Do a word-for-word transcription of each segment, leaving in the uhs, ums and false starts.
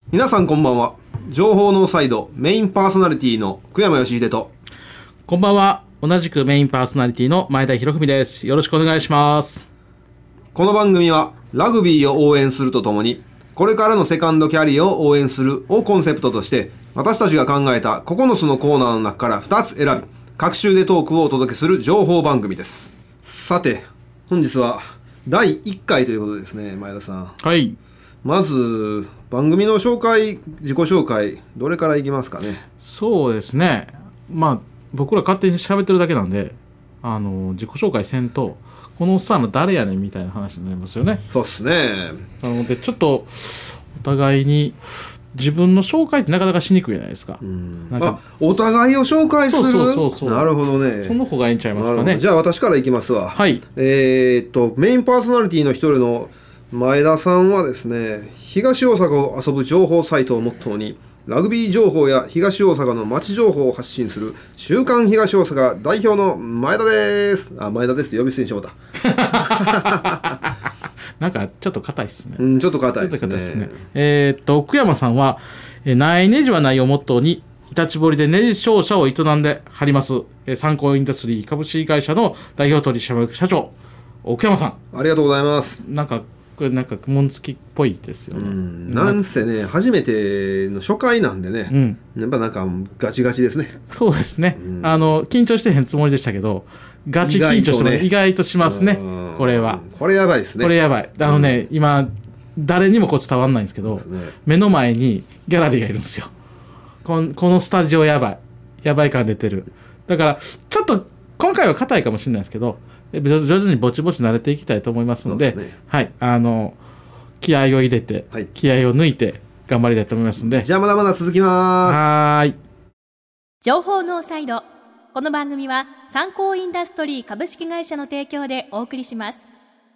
皆さんこんばんは。情報ノーサイドメインパーソナリティの久山義秀と、 こんばんは。同じくメインパーソナリティの前田博文です。よろしくお願いします。 この番組はラグビーを応援するとともに、これからのセカンドキャリアを応援するをコンセプトとして、私たちが考えたここのつのコーナーの中からふたつ選び、各週でトークをお届けする情報番組です。さて、本日はだいいっかいということですね。前田さん、 はい。 まず番組の紹介、自己紹介、どれからいきますかね。 そうですね。まあ僕ら勝手に喋ってるだけなんで、あの自己紹介せんとこのおっさんの誰やねんみたいな話になりますよね。 そうっすね。 なのでちょっとお互いに自分の紹介ってなかなかしにくいじゃないですか。 うん、 なんかあ、お互いを紹介する。 そうそうそうそう。 なるほどね。 その方がいいんちゃいますかね。 じゃあ私からいきますわ。 はい。 えー、っとメインパーソナリティの一人の前田さんはですね、東大阪を遊ぶ情報サイトをモットーにラグビー情報や東大阪の街情報を発信する週刊東大阪代表の前田です。あ、前田ですって呼び捨てにしてもらったなんかちょっと硬いですね。 うん、ちょっと硬いですね。 ですね。えー、っと奥山さんは、えー、ないネジはないをモットーにイタチ堀でネジ商社を営んではります、えー、参考インダストリー株式会社の代表取締役社長奥山さん、 ありがとうございます。 なんかこれなんか紋付きっぽいですよね。 うん、なんせね、初めての初回なんでね、うん、やっぱなんかガチガチですね。 そうですね、うん、あの緊張してへんつもりでしたけどガチ緊張しても意外としますね。これはこれやばいですね。 これやばい。あのね、うん、今誰にもこう伝わんないんですけど、ね、目の前にギャラリーがいるんですよ。この、このスタジオやばいやばい感出てる。だからちょっと今回は硬いかもしれないですけど、徐々にぼちぼち慣れていきたいと思いますので、ね、はい、あの気合を入れて、はい、気合を抜いて頑張りたいと思いますので、 じゃあまだまだ続きます。 はい。 情報ノーサイド。この番組は参考インダストリー株式会社の提供でお送りします。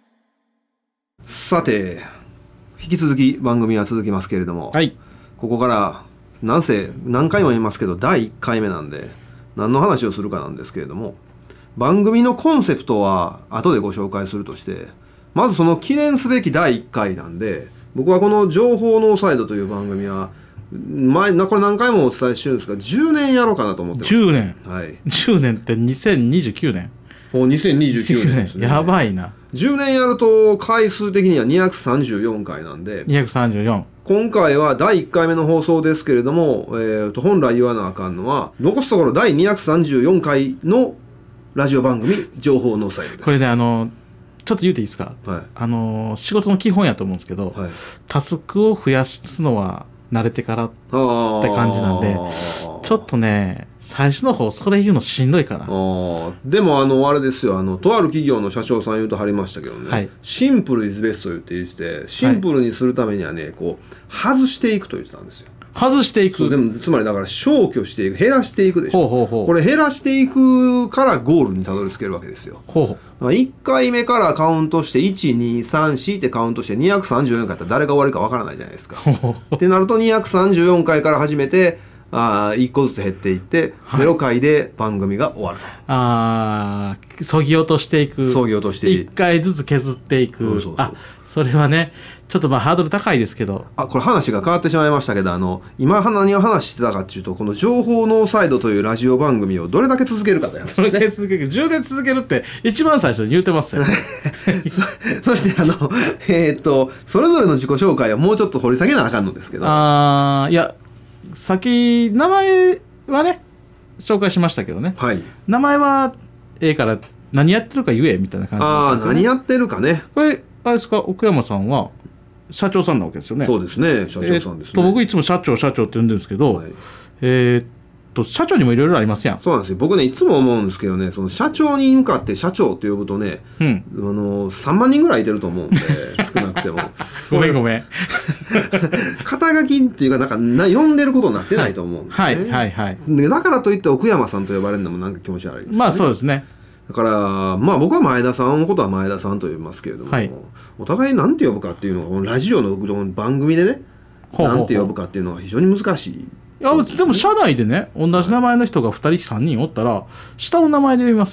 さて、引き続き番組は続きますけれども、 はい、 ここからなんせ何回も言いますけどだいいっかいめなんで何の話をするかなんですけれども、番組のコンセプトは後でご紹介するとして、まずその記念すべきだいいっかいなんで、僕はこの情報ノーサイドという番組は前これ何回もお伝えしてるんですがじゅうねんやろうかなと思ってます。 じゅうねん、 はい、 じゅうねんってにせんにじゅうきゅうねん。 もうにせんにじゅうきゅうねんですね。 やばいな。 じゅうねんやると回数的にはにひゃくさんじゅうよんかいなんで、 にひゃくさんじゅうよん、 今回はだいいっかいめの放送ですけれども、えー、と本来言わなあかんのは残すところだいにひゃくさんじゅうよんかいのラジオ番組情報ノーサイドです。 これね、あのちょっと言うていいですか、 はい、 あの仕事の基本やと思うんですけど、はい、タスクを増やすのは慣れてからって感じなんで、ちょっとね最初の方それ言うのしんどいかな。 あでもあのあれですよ、あのとある企業の社長さん言うとはりましたけどね、はい、シンプルイズベスト言って言ってシンプルにするためにはね、はい、こう外していくと言ってたんですよ。 外していく。 でもつまりだから消去していく、減らしていくでしょ。 ほうほうほう。 これ減らしていくからゴールにたどり着けるわけですよ。 ほうほう。 いっかいめからカウントしていち、に、さん、よんってカウントしてにひゃくさんじゅうよんかいやったら誰が終わるかわからないじゃないですか。ってなるとにひゃくさんじゅうよんかいから始めてあいっこずつ減っていって、はい、ゼロかいで番組が終わると。 ああ、そぎ落としていく。 そぎ落としていく。 いっかいずつ削っていく。 そうそうそう。 あ、それはねちょっとまあハードル高いですけど。 あ、これ話が変わってしまいましたけど、あの今何を話してたかっていうと、この情報ノーサイドというラジオ番組をどれだけ続けるかという話ですね。 どれだけ続ける、じゅうねん続けるって一番最初に言うてますよそ, そしてあのえー、っとそれぞれの自己紹介はもうちょっと掘り下げなあかんのですけど、 あいや先名前はね紹介しましたけどね、 はい、 名前はええから何やってるか言えみたいな感じなんですよね。 あ何やってるかね。 これあれですか、奥山さんは社長さんなわけですよね。 そうですね、社長さんですね。えー、と僕いつも社長社長って呼んでるんですけど、はい、えー、っと社長にもいろいろありますやん。 そうなんですよ。僕ねいつも思うんですけどね、その社長に向かって社長って呼ぶとね、うん、あのさんまんにんぐらいいてると思うんで少なくてもごめんごめん肩書きっていうかなんかな呼んでることになってないと思うんですね。 はいはいはい、 だからといって奥山さんと呼ばれるのもなんか気持ち悪いですね。 まあそうですね。 だからまあ僕は前田さんのことは前田さんと呼びますけれども、はい、お互い何て呼ぶかっていうのがこのラジオの番組でね何て呼ぶかっていうのが非常に難しい。 いやでも社内でね同じ名前の人がふたりさんにんおったら下の名前で呼びますやん。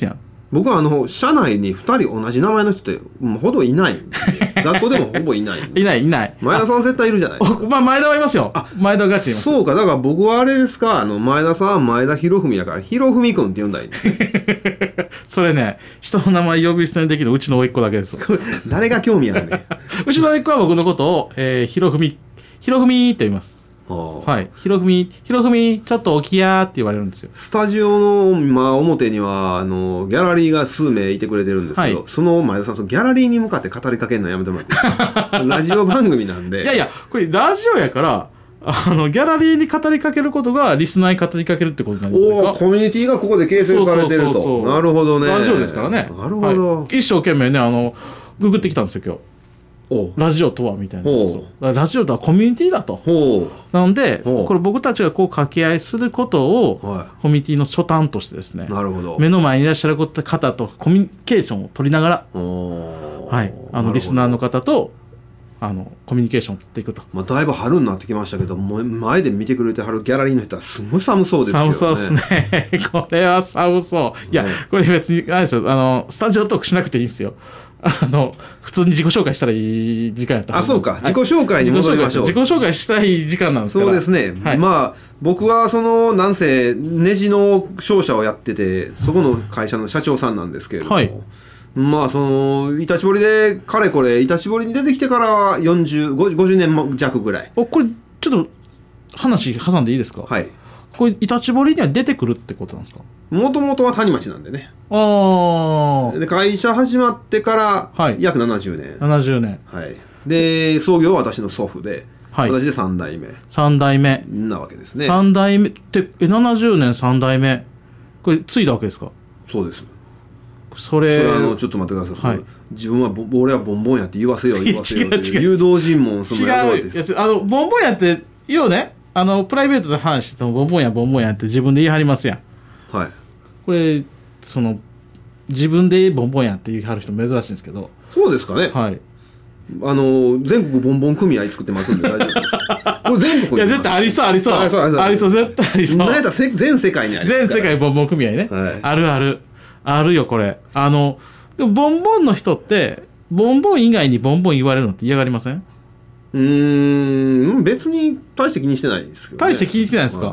僕はあの社内にふたり同じ名前の人ってほどいない学校でもほぼいないいないいない前田さん絶対いるじゃないですか。 まあ前田はいますよ。前田ガチいます。 そうか、だから僕はあれですか、あの前田さんは前田博文だから博文君って呼んだらいいんですねそれね、人の名前呼び捨てにできるうちの甥っ子だけですよ誰が興味あるねうちの甥っ子は僕のことを、えー、博文博文って言います。はい、ひろふみ、ひろふみ、ちょっと起きやーって言われるんですよ。 スタジオの、まあ、表にはあのギャラリーが数名いてくれてるんですけど、はい、その前田さん、そのギャラリーに向かって語りかけるのやめてもらっていいですかラジオ番組なんで。 いやいや、これラジオやからあのギャラリーに語りかけることがリスナーに語りかけるってことになりますか。 おコミュニティがここで形成されてると。そうそうそうそう、なるほどね。 ラジオですからね。 なるほど、 はい、一生懸命ね、あのググってきたんですよ今日。ラジオとはみたいなやつを。ラジオとはコミュニティだと。なのでこれ僕たちがこう掛け合いすることを、はい、コミュニティの初端としてですね、 なるほど、 目の前にいらっしゃる方とコミュニケーションを取りながら、はい、あのリスナーの方とあのコミュニケーションを取っていくと。 まあ、だいぶ春になってきましたけど、もう前で見てくれてはるギャラリーの人はすごい寒そうですけどね。 寒そうですねこれは寒そう。いや、ね、これ別にあれですよ、あのスタジオトークしなくていいんですよ。あの普通に自己紹介したらいい時間やったあ、そうか、自己紹介に戻りましょう。 自己紹介したい時間なんですから。 そうですね、はい、まあ僕はそのなんせネジの商社をやってて、そこの会社の社長さんなんですけれども、はい、まあそのいたちぼりでかれこれいたちぼりに出てきてからよんじゅう、ごじゅうねん弱ぐらい。 お、これちょっと話挟んでいいですか。 はい。 これいたちぼりには出てくるってことなんですか。 もともとは谷町なんでね。 あで会社始まってから約ななじゅうねん、 はい、ななじゅうねん、 はい、で創業は私の祖父で、はい、私でさん代目さん代目なわけですね。 さん代目ってえななじゅうねんさん代目、これ継いだわけですか。 そうです。 それ、 それあのちょっと待ってください、はい、自分は俺はボンボンやって言わせよう言わせようっていう誘導尋問そのやるわけです。違う、あのボンボンやって言うね、あのプライベートで話しててもボンボンやボンボンやって自分で言い張りますやん。 はい。 これその自分でボンボンやって言い張る人珍しいんですけど。 そうですかね。 はい。 あの全国ボンボン組合作ってますんで大丈夫です。これ全国にいや絶対ありそうありそうありそうありそう絶対ありそう。 何やったら全世界にありますから。 全世界ボンボン組合ね、 はい、 あるあるあるよこれ。あのでもボンボンの人ってボンボン以外にボンボン言われるのって嫌がりません。 うーん別に大して気にしてないですけどね。 大して気にしてないですか、はい、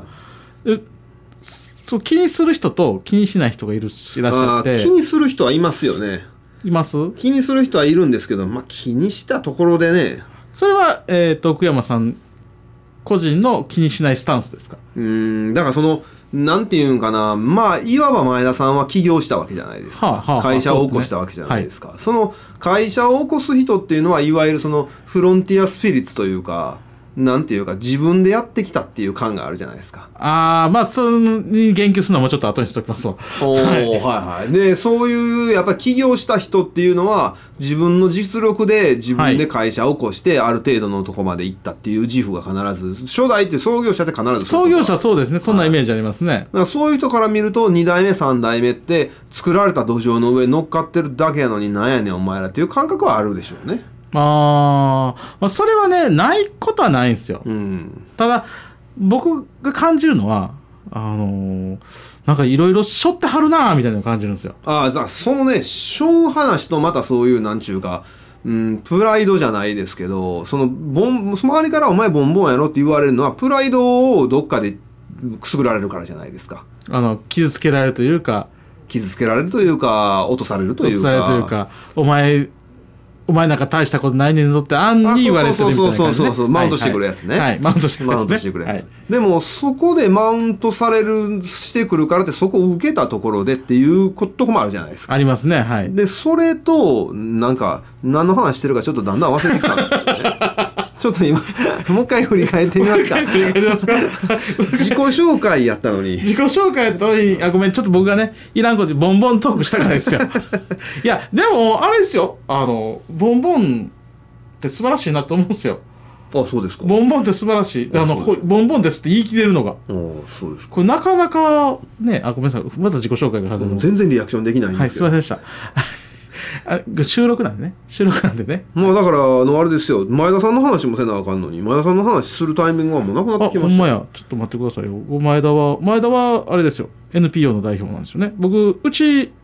えそう気にする人と気にしない人がいるいらっしゃって。 気にする人はいますよね。 います。 気にする人はいるんですけど、まあ、気にしたところでね。 それは、えーと、奥山さん個人の気にしないスタンスですか。 うーんだからそのなんていうんかな、まあいわば前田さんは起業したわけじゃないですか、はあはあ、会社を起こしたわけじゃないですか。 そ, す、ねはい、その会社を起こす人っていうのはいわゆるそのフロンティアスピリッツというか、なんていうか自分でやってきたっていう感があるじゃないですか。 ああまあそれに言及するのはもうちょっと後にしておきますわ。 おはいはいはい。でそういうやっぱり起業した人っていうのは自分の実力で自分で会社を起こしてある程度のとこまで行ったっていう自負が必ず、初代って創業者って必ず創業者そうですね、そんなイメージありますね、はい、だからそういう人から見るとに代目さん代目って作られた土壌の上に乗っかってるだけやのになんやねんお前らっていう感覚はあるでしょうね。 あまあそれはねないことはないんですよ、うん、ただ僕が感じるのはあのー、なんかいろいろ背負ってはるなみたいなのを感じるんですよ。 ああだからそのね背負う話とまたそういうなんちゅうか、うん、プライドじゃないですけど、そのボン周りからお前ボンボンやろって言われるのはプライドをどっかでくすぐられるからじゃないですか。 あの傷つけられるというか傷つけられるというか落とされるというか落とされるというかお前お前なんか大したことないねんぞってあんに言われてるみたいな感じで、ね、 そうそうそうそうマウントしてくるやつね、 はいはいはい、マウントしてくるやつね、 マウントしてくるやつ、はい、でもそこでマウントされるしてくるからってそこを受けたところでっていうとこもあるじゃないですか。 ありますね。はい。 でそれとなんか何の話してるかちょっとだんだん忘れてきたんですけどねちょっと今もう一回振り返ってみますか振り返ってみますか自己紹介やったのに自己紹介やったのにあごめんちょっと僕がねいらんことでボンボントークしたからですよいやでもあれですよ、あのボンボンって素晴らしいなと思うんですよ。 あそうですか。 ボンボンって素晴らしい。あのこボンボンですって言い切れるのがそうですか。 これなかなかねあごめんなさいまた自己紹介が始まる。 全然リアクションできないんですけど、 はいすいませんでしたあ収録なんでね収録なんでね。 まあだからあのあれですよ、前田さんの話もせなあかんのに前田さんの話するタイミングはもうなくなってきました。 あほんまやちょっと待ってくださいよ。前田は前田はあれですよ エヌピーオー の代表なんですよね。僕うち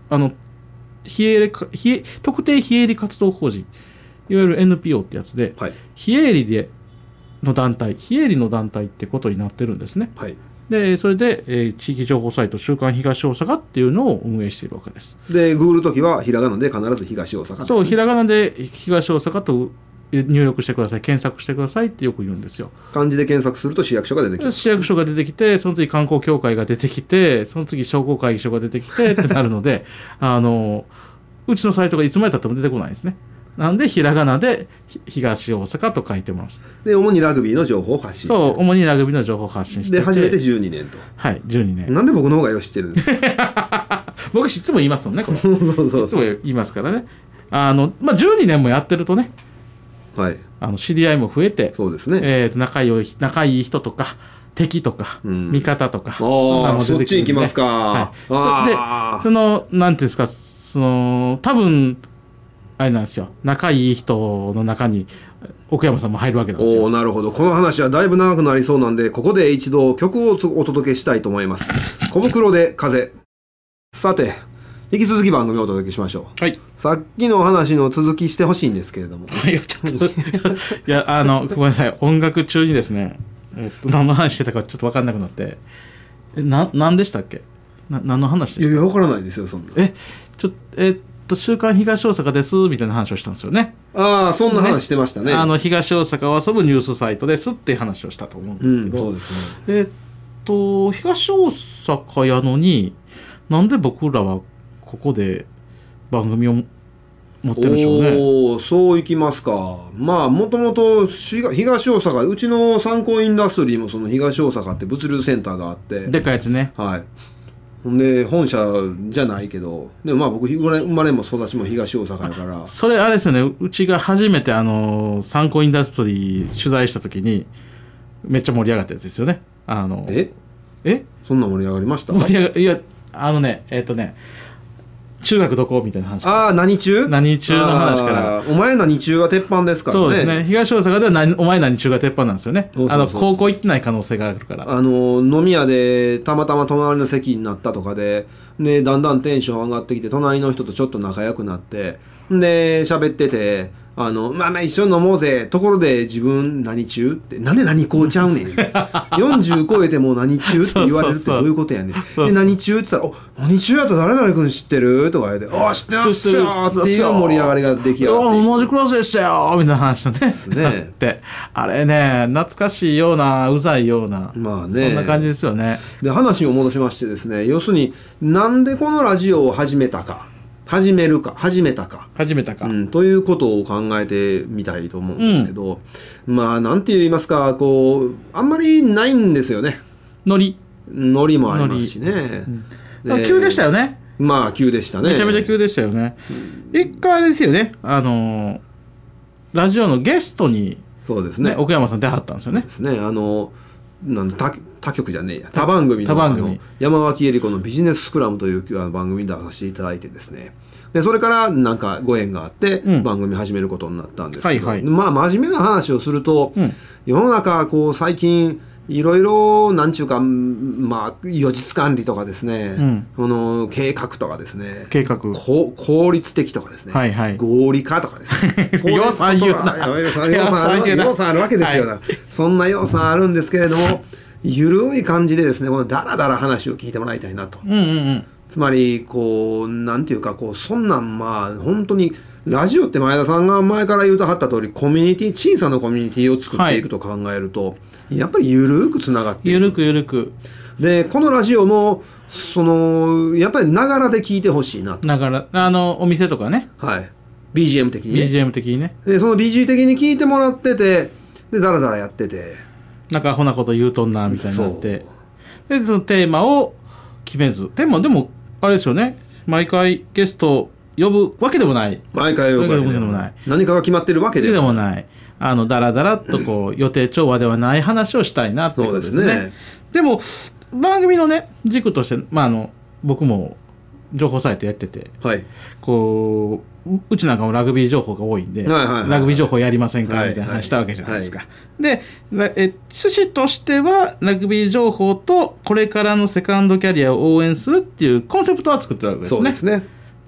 あの非営利非営特定非営利活動法人いわゆる エヌピーオー ってやつで、 はい、 非営利での団体非営利の団体ってことになってるんですね。 はい、 でそれで、えー、地域情報サイト週刊東大阪っていうのを運営しているわけです。 でググるときはひらがなで必ず東大阪ですね。 そうひらがなで東大阪と入力してください、検索してくださいってよく言うんですよ。 漢字で検索すると市役所が出てきます。 市役所が出てきて、その次観光協会が出てきて、その次商工会議所が出てきてってなるのであのうちのサイトがいつまでたっても出てこないですね。なんでひらがなで東大阪と書いてます。 で主にラグビーの情報を発信してる。 そう主にラグビーの情報を発信してて、 で初めてじゅうにねんと。 はいじゅうにねん。 なんで僕の方がよし知ってるんですか僕いつも言いますもんねこれそうそうそういつも言いますからね。あの、まあ、じゅうにねんもやってるとね、 はい、 あの知り合いも増えて、 そうですね、 えー、と仲良い仲いい人とか敵とか、うん、味方とか、 ああそっち行きますか、はい、 あでそのなんていうんですか、その多分あれなんですよ、仲いい人の中に奥山さんも入るわけなんですよ。 おなるほど。この話はだいぶ長くなりそうなんで、ここで一度曲をお届けしたいと思います。小袋で風。さて引き続き番組をお届けしましょう。 はい。 さっきの話の続きしてほしいんですけれども。 いやちょっといやあのごめんなさい、音楽中にですね、えっと何の話してたかちょっと分かんなくなって、えな何でしたっけ？な何の話でした？ いやいや分からないですよそんな。 えちょえっと週刊東大阪ですみたいな話をしたんですよね。 ああそんな話してましたね。 あの東大阪を遊ぶニュースサイトですっていう話をしたと思うんですけど、 うん、そうですね。 えっと東大阪やのになんで僕らはここで番組を持ってるんでしょうね。 おーそういきますか。まあもともと東大阪、うちの参考インダストリーもその東大阪って物流センターがあって、 でっかいやつね。 はい。ほんで本社じゃないけど、でもまあ僕生まれも育ちも東大阪だから。 それあれですよね、うちが初めてあの参考インダストリー取材した時にめっちゃ盛り上がったやつですよね。あのええそんな盛り上がりました？ 盛り上がいやあのねえっとね中学どこみたいな話。 ああ何中何中の話から。 お前何中が鉄板ですからね。 そうですね、東大阪では何お前何中が鉄板なんですよね。 そうそうそう、 あの高校行ってない可能性があるから。 あの飲み屋でたまたま隣の席になったとかで、でだんだんテンション上がってきて隣の人とちょっと仲良くなって、で喋ってて、あのまあまあ一緒に飲もうぜ。ところで自分何中ってなんで何こうちゃうねんよんじゅう超えても何中って言われるってどういうことやねん。そうそうそうで何中って言ったら「お何中やと誰々君知ってる?」とか言って「ああ知ってますよ」っていう盛り上がりが出来上がって同じクラスでしたよみたいな話とねですねであれね懐かしいようなうざいような、 まあね、 そんな感じですよね。 で話を戻しましてですね、要するになんでこのラジオを始めたか始めるか始めたか始めたか、 うん、ということを考えてみたいと思うんですけど、うん、まあなんて言いますか、こうあんまりないんですよね。 ノリノリもありますしね、 うん、急でしたよね。 まあ急でしたね。 めちゃめちゃ急でしたよね、うん、一回あれですよね、あのラジオのゲストに、ね、 そうですね、 奥山さん出はったんですよね。 ですね、あのなん他, 他局じゃねえや他番組 の, 他番組あの山脇恵理子のビジネススクラムという番組に出させていただいてですね、でそれからなんかご縁があって番組始めることになったんですけど、うんはいはい、まあ真面目な話をすると、うん、世の中こう最近いろいろなんちゅうか、まあ予実管理とかですね、うん、この計画とかですね、 計画こ効率的とかですね、 はいはい、 合理化とかですね予算言うな予算あるわけですよ、はい、そんな予算あるんですけれどもゆるい感じでですね、このダラダラ話を聞いてもらいたいなと、 うんうんうん、 つまりこうなんていうか、こうそんなんまあ本当にラジオって前田さんが前から言うとはった通りコミュニティ、小さなコミュニティを作っていくと考えると、はい、やっぱりゆるくつながっていく、 ゆるくゆるくでこのラジオもそのやっぱりながらで聞いてほしいなと、 ながらあのお店とかね、 はい、ビージーエム 的にねビージーエム 的にね、 でその ビージー 的に聞いてもらってて、でダラダラやっててなんかアホなこと言うとんなみたいになって、でそのテーマを決めず、でもでもあれですよね、毎回ゲスト呼ぶわけでもない、 毎回呼ぶわけでもない、何かが決まってるわけでもない、 あのダラダラっとこう予定調和ではない話をしたいなっていうことですね。そうですね。でも番組のね軸として、まあ、あの僕も情報サイトやってて、 はい、 こううちなんかもラグビー情報が多いんで、はいはいはい、ラグビー情報やりませんかみたいな話したわけじゃないですか、はいはい、でえ趣旨としてはラグビー情報とこれからのセカンドキャリアを応援するっていうコンセプトは作ってるわけですね。 そうですね。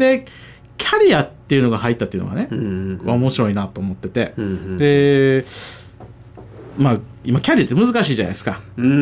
でキャリアっていうのが入ったっていうのがね、うんうん、面白いなと思ってて、うんうん、でまあ今キャリアって難しいじゃないですか、うん、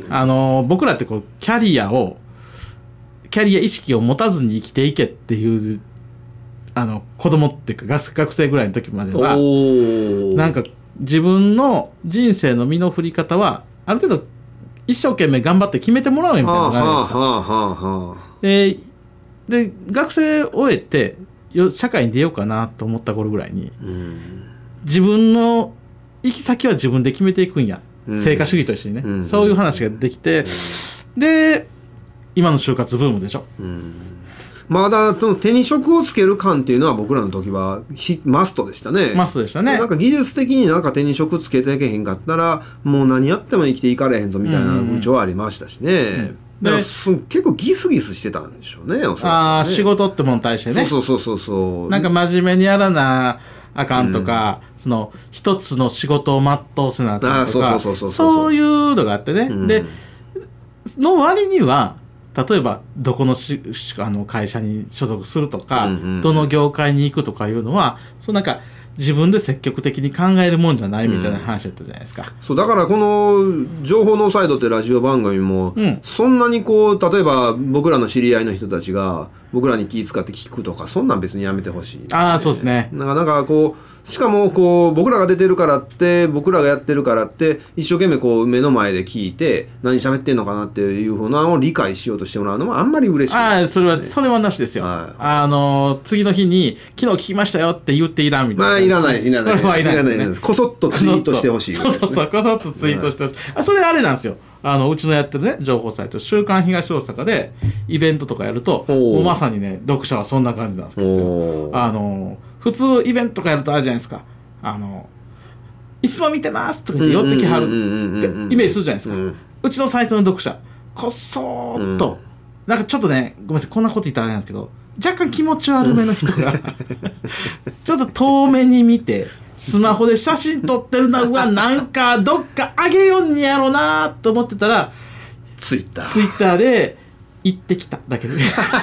あの僕らってこうキャリアをキャリア意識を持たずに生きていけっていうあの子供っていうか学生ぐらいの時まではなんか自分の人生の身の振り方はある程度一生懸命頑張って決めてもらうみたいなのがあるじゃないですか。で, で学生を終えて社会に出ようかなと思った頃ぐらいに、うん、自分の行き先は自分で決めていくんや、うん、成果主義と一緒にね、うん、そういう話ができて、うん、で今の就活ブームでしょ、うん、 まだその手に職をつける感っていうのは僕らの時はマストでしたね。 マストでしたね。 なんか技術的になんか手に職つけていけへんかったらもう何やっても生きていかれへんぞみたいな風潮はありましたしね、うんうんだから結構ギスギスしてたんでしょうね。おそらくねああ仕事ってものに対してね。 そうそうそうそうなんか真面目にやらなあかんとか、うん、その一つの仕事を全うせなあかんとかそういうのがあってね、うん、での割には例えばどこのしあの会社に所属するとか、うんうん、どの業界に行くとかいうのはそうなんか自分で積極的に考えるもんじゃないみたいな話だったじゃないですか、 うん、そうだからこの情報ノーサイドってラジオ番組も、うん、そんなにこう例えば僕らの知り合いの人たちが僕らに気遣って聞くとかそんなん別にやめてほしい、ね、 ああそうですね。 なんかなんかこうしかもこう僕らが出てるからって僕らがやってるからって一生懸命こう目の前で聞いて何喋ってんのかなっていうふうなのを理解しようとしてもらうのもあんまり嬉しくない、 ね、ああそれはそれはなしですよ、はい、あの次の日に昨日聞きましたよって言っていらんみたいな、 まあ、いらないいらないいらないいらない、ね、こそっとツイートしてほしい、ね、 そうそうそうこそっとツイートしてほしい、はい、あそれあれなんですよ。あのうちのやってるね情報サイト週刊東大阪でイベントとかやるともうまさにね読者はそんな感じなんですよ。あの普通イベントとかやるとあるじゃないですか。あのいつも見てますとか言って寄ってきはるってイメージするじゃないですか、うん、うちのサイトの読者こっそーっと、うん、なんかちょっとねごめんなさいこんなこと言ったらあれなんですけど若干気持ち悪めの人がちょっと遠目に見てスマホで写真撮ってるなうわなんかどっかあげよんにやろうなと思ってたらツイッターツイッターで行ってきただけで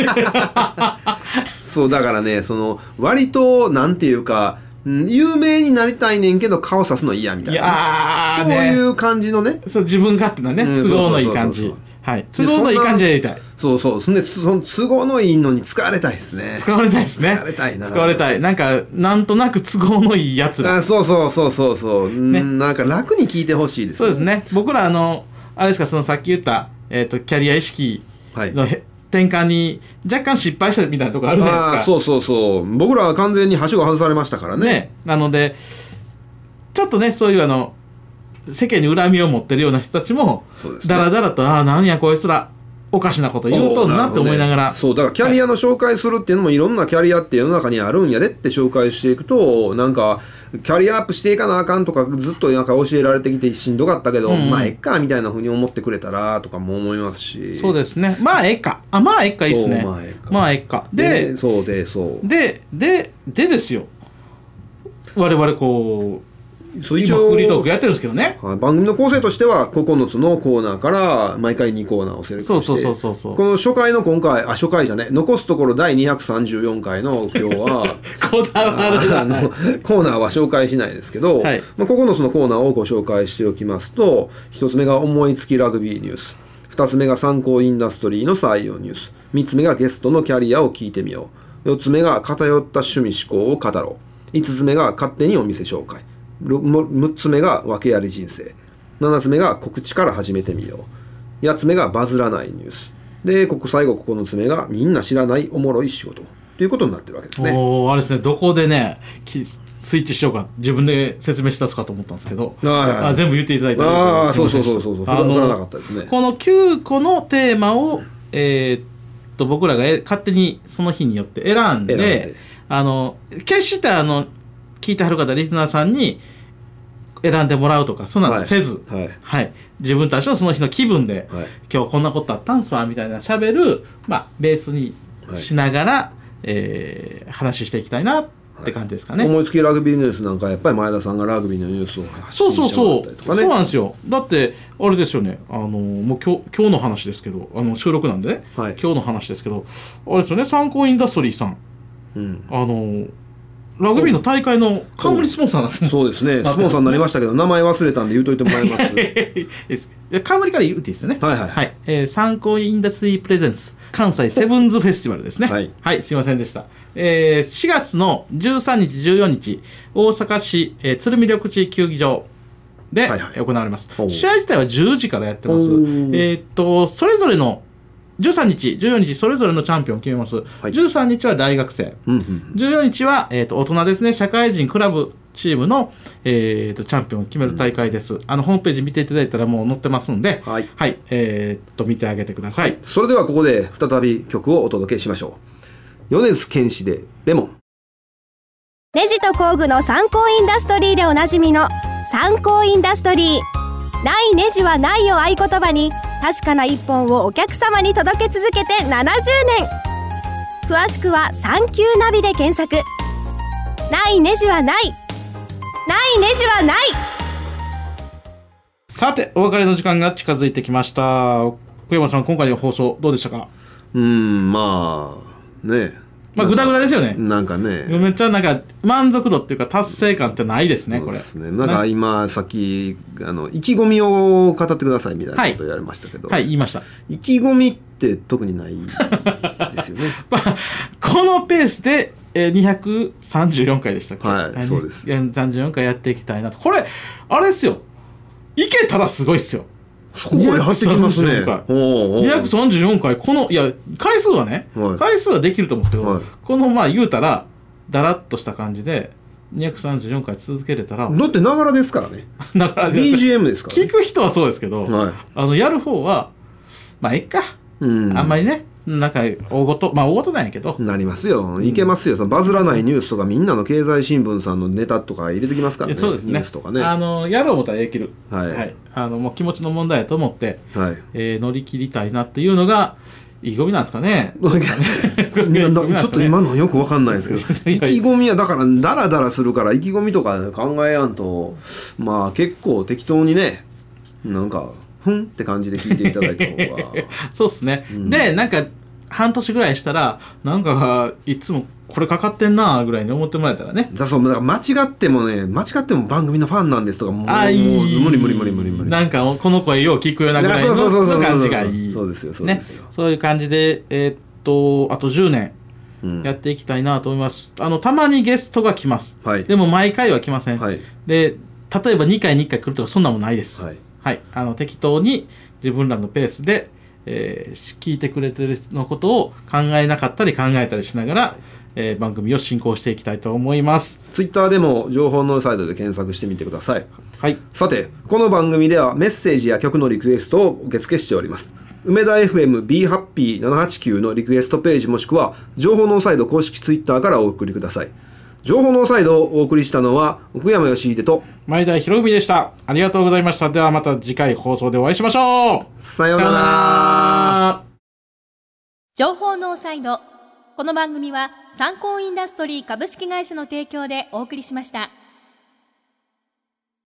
そうだからねその割となんていうか有名になりたいねんけど顔さすの嫌みたいな、ね、いやそういう感じのねそう自分勝手なね、うん、都合のいい感じはい都合のいい感じでやりたいそうそうそんでその都合のいいのに使われたいですね使われたいですね使われたいな使われたいなんかなんとなく都合のいいやつらあそうそうそうそうそう、ね、なんか楽に聞いてほしいです、ね、 そうですね僕らあのあれですかそのさっき言った、えーと、キャリア意識の、はい転換に若干失敗したみたいなところあるじゃないですか。 あそうそうそう僕らは完全にはしご外されましたからね。ねなのでちょっとねそういうあの世間に恨みを持ってるような人たちも、ね、だらだらとああ何やこいつらおかしなこと言うとんなって思いながら、 ね、そうだからキャリアの紹介するっていうのも、はい、いろんなキャリアって世の中にあるんやでって紹介していくとなんかキャリアアップしていかなあかんとかずっとなんか教えられてきてしんどかったけど、うん、まあえっかみたいなふうに思ってくれたらとかも思いますしそうですねまあえっかあまあえっかいいっすねまあえっか、まあ、えっかででそうでそうでででですよ我々こうそう一応今フリートークやってるんですけどね、 はい、番組の構成としてはここのつのコーナーから毎回にコーナーをセレクトしてそうそうそうそうこの初回の今回あ初回じゃね残すところだいにひゃくさんじゅうよんかいの今日はこだわるあのコーナーは紹介しないですけど、はいまあ、ここのつのコーナーをご紹介しておきますとひとつめが思いつきラグビーニュースふたつめが参考インダストリーの採用ニュースみっつめがゲストのキャリアを聞いてみようよっつめが偏った趣味思考を語ろういつつめが勝手にお店紹介むっつめが訳あり人生ななつめが告知から始めてみようやっつめがバズらないニュースでここ最後ここのつめがみんな知らないおもろい仕事ということになってるわけですね。 おあれですねどこでねスイッチしようか自分で説明し出すかと思ったんですけどああ全部言っていただいたああそうそうそうそうそう分からなかったですね。 このきゅうこのテーマを、えー、っと僕らが勝手にその日によって選んで、選んであの決してあの聞いてはる方リスナーさんに選んでもらうとかそんなのせず、はいはいはい、自分たちのその日の気分で、はい、今日こんなことあったんすわみたいな喋る、まあ、ベースにしながら、はいえー、話していきたいなって感じですかね。 思いつきラグビーニュースなんかやっぱり前田さんがラグビーのニュースを発そう信してもらったりとかね。 そうそうそうなんですよ。だってあれですよね、あのもう今日今日の話ですけど、あの収録なんでね、はい、今日の話ですけど、あれですよね、参考インダストリーさん、うん、あのラグビーの大会の冠スポンサーなんですね。 そうですね、スポンサーになりましたけど名前忘れたんで言うといてもらいます冠から言うていいですよね。はいはい、はい、えー、参考インダストリープレゼンツ関西セブンズフェスティバルですね。はい、はい、すいませんでした。えー、しがつのじゅうさんにちじゅうよっか大阪市、えー、鶴見緑地球技場で行われます、はいはい、試合自体はじゅうじからやってます。えー、っとそれぞれのじゅうさんにちじゅうよっかそれぞれのチャンピオンを決めます、はい、じゅうさんにちは大学生、うんうん、じゅうよっかは、えー、と大人ですね、社会人クラブチームの、えー、とチャンピオンを決める大会です、うん、あのホームページ見ていただいたらもう載ってますんで、はい、はい、えー、と見てあげてください。 それではここで再び曲をお届けしましょう。米津玄師でレモン。 ネジと工具の参考インダストリーでおなじみの参考インダストリー、ないネジはないを合言葉に確かな一本をお客様に届け続けてななじゅうねん。詳しくはサンキューナビで検索。ないネジはない、ないネジはない。 さてお別れの時間が近づいてきました。小山さん、今回の放送どうでしたか？ うーん、まあね、 まあグダグダですよね。 なんかね、 めっちゃなんか満足度っていうか達成感ってないですね。これそうですね。なんか今さっきあの意気込みを語ってくださいみたいなことを言われましたけど、 はい、はい、言いました。 意気込みって特にないですよね。 まあ、このペースでにひゃくさんじゅうよんかいでしたっけ？ はい、そうです。 さんじゅうよんかいやっていきたいなと。これあれですよ、いけたらすごいですよ。 そこやってきますね。 にひゃくさんじゅうよんかい、このいや回数はね、はい、回数はできると思うんですけど、はい、このまあ言うたらだらっとした感じでにひゃくさんじゅうよんかい続けれたら、 だってながらですからね。ながら ビージーエム ですから、ね、 聞く人はそうですけど、はい、あのやる方はまあえっか、うん、あんまりね、なんか大ごとまあ大ごとなんやけどなりますよ、いけますよ、そのバズらないニュースとかみんなの経済新聞さんのネタとか入れてきますからね。 そうですね、 ニュースとかね、 あのやろう思ったらできる、はいはい、あのもう気持ちの問題やと思って、はい、えー、乗り切りたいなっていうのが意気込みなんですかね。ちょっと今のよく分かんないですけど意気込みはだからダラダラするから意気込みとか考えやんと、まあ結構適当にね、なんかふんって感じで聞いていただいた方がそうっすね、うん、でなんか半年ぐらいしたらなんかいつもこれかかってんなぐらいに思ってもらえたらね。 だそうだから間違ってもね間違っても番組のファンなんですとかもうあいい無理無理無理無理無理なんかこの声よう聞くようなぐらいの感じがいい。 そうですよそうですよ、 ね、そういう感じでえー、っとあとじゅうねんやっていきたいなと思います、うん、あのたまにゲストが来ます、はい、でも毎回は来ません、はい、で例えばにかいにいっかい来るとかそんなもんないです、はいはい、あの適当に自分らのペースでえー、聞いてくれてる人のことを考えなかったり考えたりしながら、はい、えー、番組を進行していきたいと思います。 ツイッターでも情報ノーサイドで検索してみてください。 はい、 さてこの番組ではメッセージや曲のリクエストを受付しております。梅田 エフエム ビーハッピーななはちきゅうのリクエストページもしくは情報ノーサイド公式ツイッターからお送りください。情報ノーサイドをお送りしたのは奥山義秀と前田博文でした。ありがとうございました。ではまた次回放送でお会いしましょう。 さようなら。 情報ノーサイド、この番組は参考インダストリー株式会社の提供でお送りしました。